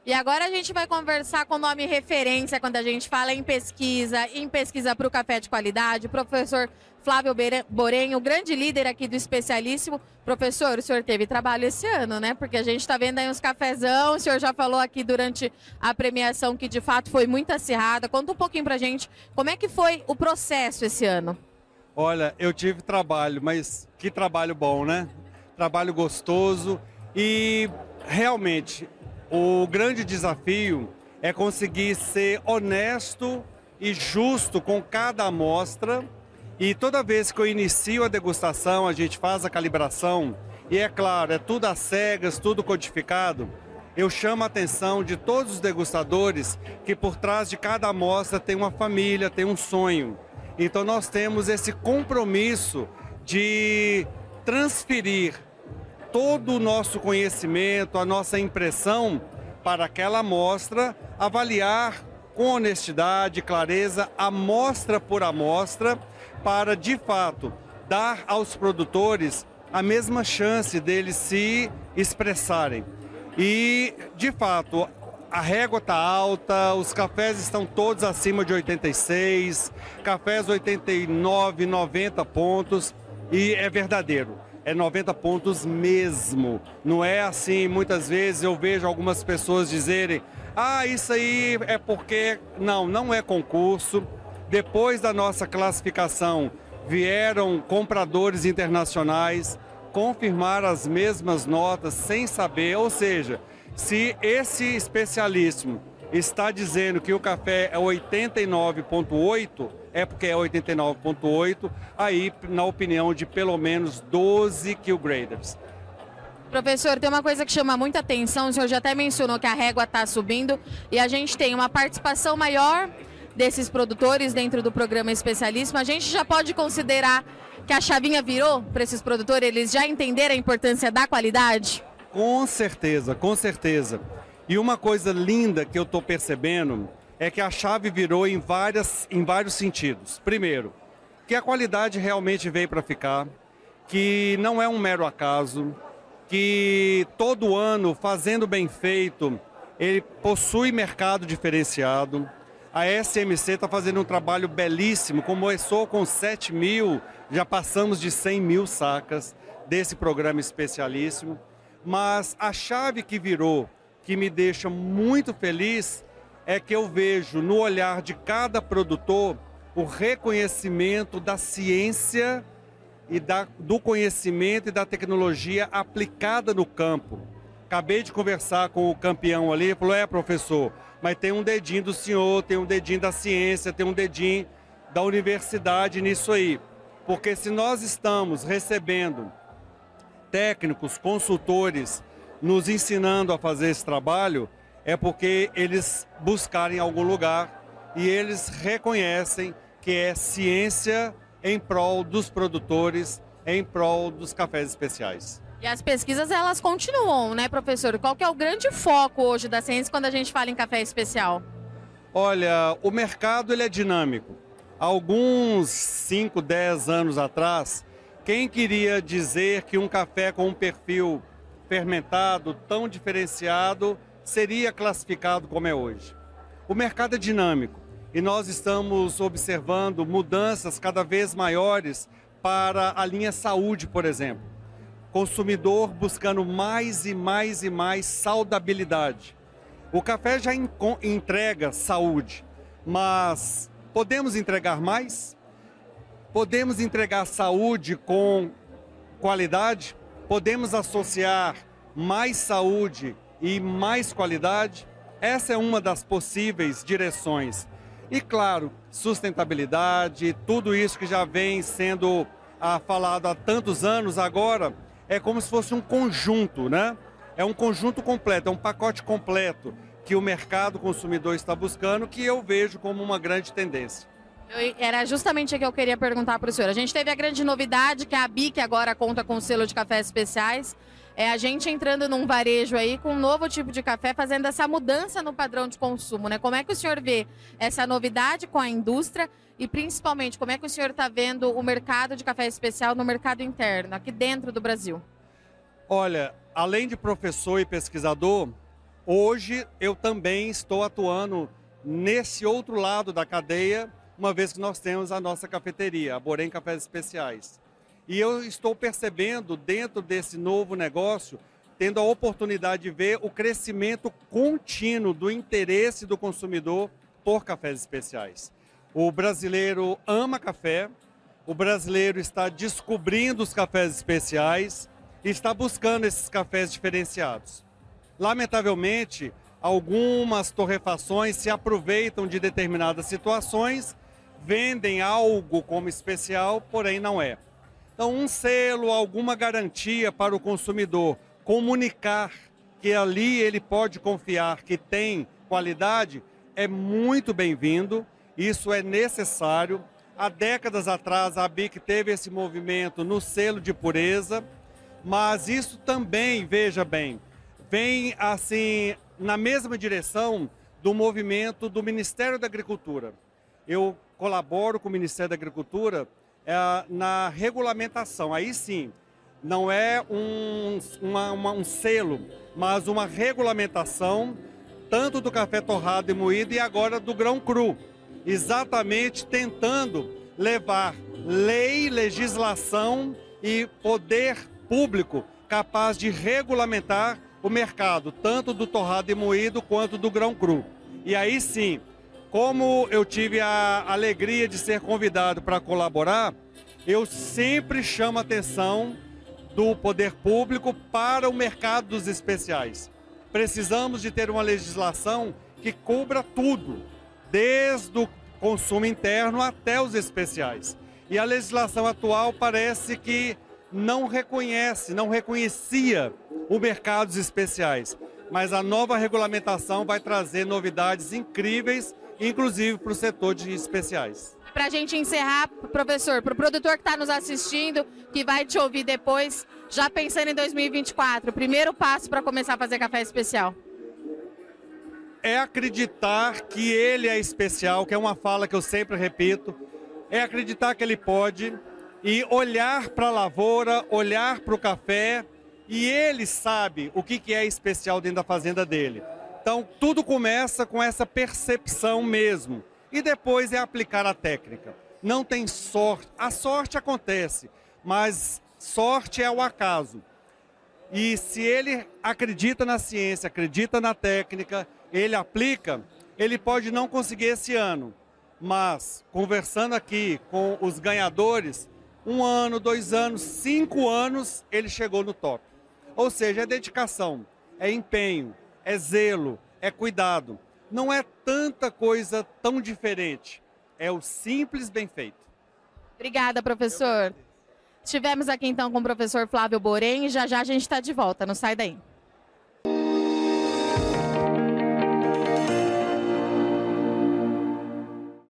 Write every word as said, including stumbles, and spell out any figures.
E agora a gente vai conversar com o nome referência quando a gente fala em pesquisa, em pesquisa para o café de qualidade, o professor Flávio Borenho, grande líder aqui do Especialíssimo. Professor, o senhor teve trabalho esse ano, né? Porque a gente está vendo aí uns cafezão, o senhor já falou aqui durante a premiação que de fato foi muito acirrada. Conta um pouquinho pra gente como é que foi o processo esse ano. Olha, eu tive trabalho, mas que trabalho bom, né? Trabalho gostoso e realmente o grande desafio é conseguir ser honesto e justo com cada amostra. E toda vez que eu inicio a degustação, a gente faz a calibração, e é claro, é tudo às cegas, tudo codificado, eu chamo a atenção de todos os degustadores que por trás de cada amostra tem uma família, tem um sonho. Então nós temos esse compromisso de transferir todo o nosso conhecimento, a nossa impressão para aquela amostra, avaliar com honestidade, clareza, amostra por amostra, para de fato dar aos produtores a mesma chance deles se expressarem. E de fato a régua está alta, os cafés estão todos acima de oitenta e seis, cafés oitenta e nove, noventa pontos, e é verdadeiro. É noventa pontos mesmo. Não é assim, muitas vezes eu vejo algumas pessoas dizerem: ah, isso aí é porque... Não, não é concurso. Depois da nossa classificação, vieram compradores internacionais confirmar as mesmas notas sem saber. Ou seja, se esse especialíssimo está dizendo que o café é oitenta e nove ponto oito, é porque é oitenta e nove ponto oito, aí na opinião de pelo menos doze Q-graders. Professor, tem uma coisa que chama muita atenção, o senhor já até mencionou que a régua está subindo e a gente tem uma participação maior desses produtores dentro do programa Especialíssimo. A gente já pode considerar que a chavinha virou para esses produtores, eles já entenderam a importância da qualidade? Com certeza, com certeza. E uma coisa linda que eu estou percebendo é que a chave virou em, várias, em vários sentidos. Primeiro, que a qualidade realmente veio para ficar, que não é um mero acaso, que todo ano, fazendo bem feito, ele possui mercado diferenciado. A S M C está fazendo um trabalho belíssimo, começou com sete mil, já passamos de cem mil sacas desse programa Especialíssimo. Mas a chave que virou, que me deixa muito feliz, é que eu vejo no olhar de cada produtor o reconhecimento da ciência e da, do conhecimento e da tecnologia aplicada no campo. Acabei de conversar com o campeão ali, ele falou: é, professor, mas tem um dedinho do senhor, tem um dedinho da ciência, tem um dedinho da universidade nisso aí. Porque se nós estamos recebendo técnicos, consultores, nos ensinando a fazer esse trabalho, é porque eles buscaram em algum lugar e eles reconhecem que é ciência em prol dos produtores, em prol dos cafés especiais. E as pesquisas, elas continuam, né, professor? Qual que é o grande foco hoje da ciência quando a gente fala em café especial? Olha, o mercado ele é dinâmico. Alguns cinco, dez anos atrás, quem queria dizer que um café com um perfil fermentado, tão diferenciado, seria classificado como é hoje? O mercado é dinâmico e nós estamos observando mudanças cada vez maiores para a linha saúde, por exemplo. Consumidor buscando mais e mais e mais saudabilidade. O café já entrega saúde, mas podemos entregar mais? Podemos entregar saúde com qualidade? Podemos associar mais saúde e mais qualidade? Essa é uma das possíveis direções. E claro, sustentabilidade, tudo isso que já vem sendo ah, falado há tantos anos, agora é como se fosse um conjunto, né? É um conjunto completo, é um pacote completo que o mercado consumidor está buscando, que eu vejo como uma grande tendência. Eu, era justamente o que eu queria perguntar para o senhor. A gente teve a grande novidade que a BIC agora conta com o selo de cafés especiais. É a gente entrando num varejo aí com um novo tipo de café, fazendo essa mudança no padrão de consumo, né? Como é que o senhor vê essa novidade com a indústria e principalmente como é que o senhor está vendo o mercado de café especial no mercado interno, aqui dentro do Brasil? Olha, além de professor e pesquisador, Hoje eu também estou atuando nesse outro lado da cadeia, uma vez que nós temos a nossa cafeteria, a Borém Cafés Especiais. E eu estou percebendo dentro desse novo negócio, tendo a oportunidade de ver o crescimento contínuo do interesse do consumidor por cafés especiais. O brasileiro ama café, o brasileiro está descobrindo os cafés especiais e está buscando esses cafés diferenciados. Lamentavelmente, algumas torrefações se aproveitam de determinadas situações, vendem algo como especial, porém não é. Então, um selo, alguma garantia para o consumidor comunicar que ali ele pode confiar que tem qualidade é muito bem-vindo, isso é necessário. Há décadas atrás, a BIC teve esse movimento no selo de pureza, mas isso também, veja bem, vem assim na mesma direção do movimento do Ministério da Agricultura. Eu colaboro com o Ministério da Agricultura é, na regulamentação. Aí sim, não é um, uma, uma, um selo, mas uma regulamentação tanto do café torrado e moído e agora do grão cru. Exatamente tentando levar lei, legislação e poder público capaz de regulamentar o mercado, tanto do torrado e moído quanto do grão cru. E aí sim, como eu tive a alegria de ser convidado para colaborar, eu sempre chamo a atenção do poder público para o mercado dos especiais. Precisamos de ter uma legislação que cubra tudo, desde o consumo interno até os especiais. E a legislação atual parece que não reconhece, não reconhecia o mercado dos especiais. Mas a nova regulamentação vai trazer novidades incríveis, inclusive para o setor de especiais. Para a gente encerrar, professor, para o produtor que está nos assistindo, que vai te ouvir depois, já pensando em dois mil e vinte e quatro, o primeiro passo para começar a fazer café especial? É acreditar que ele é especial, que é uma fala que eu sempre repito, é acreditar que ele pode e olhar para a lavoura, olhar para o café e ele sabe o que é especial dentro da fazenda dele. Então tudo começa com essa percepção mesmo e depois é aplicar a técnica. Não tem sorte, a sorte acontece, mas sorte é o acaso. E se ele acredita na ciência, acredita na técnica, ele aplica, ele pode não conseguir esse ano, mas conversando aqui com os ganhadores, um ano, dois anos, cinco anos, ele chegou no top. Ou seja, é dedicação, é empenho, é zelo, é cuidado. Não é tanta coisa tão diferente, é o simples bem feito. Obrigada, professor. Estivemos aqui então com o professor Flávio Borém e já já a gente está de volta, não sai daí.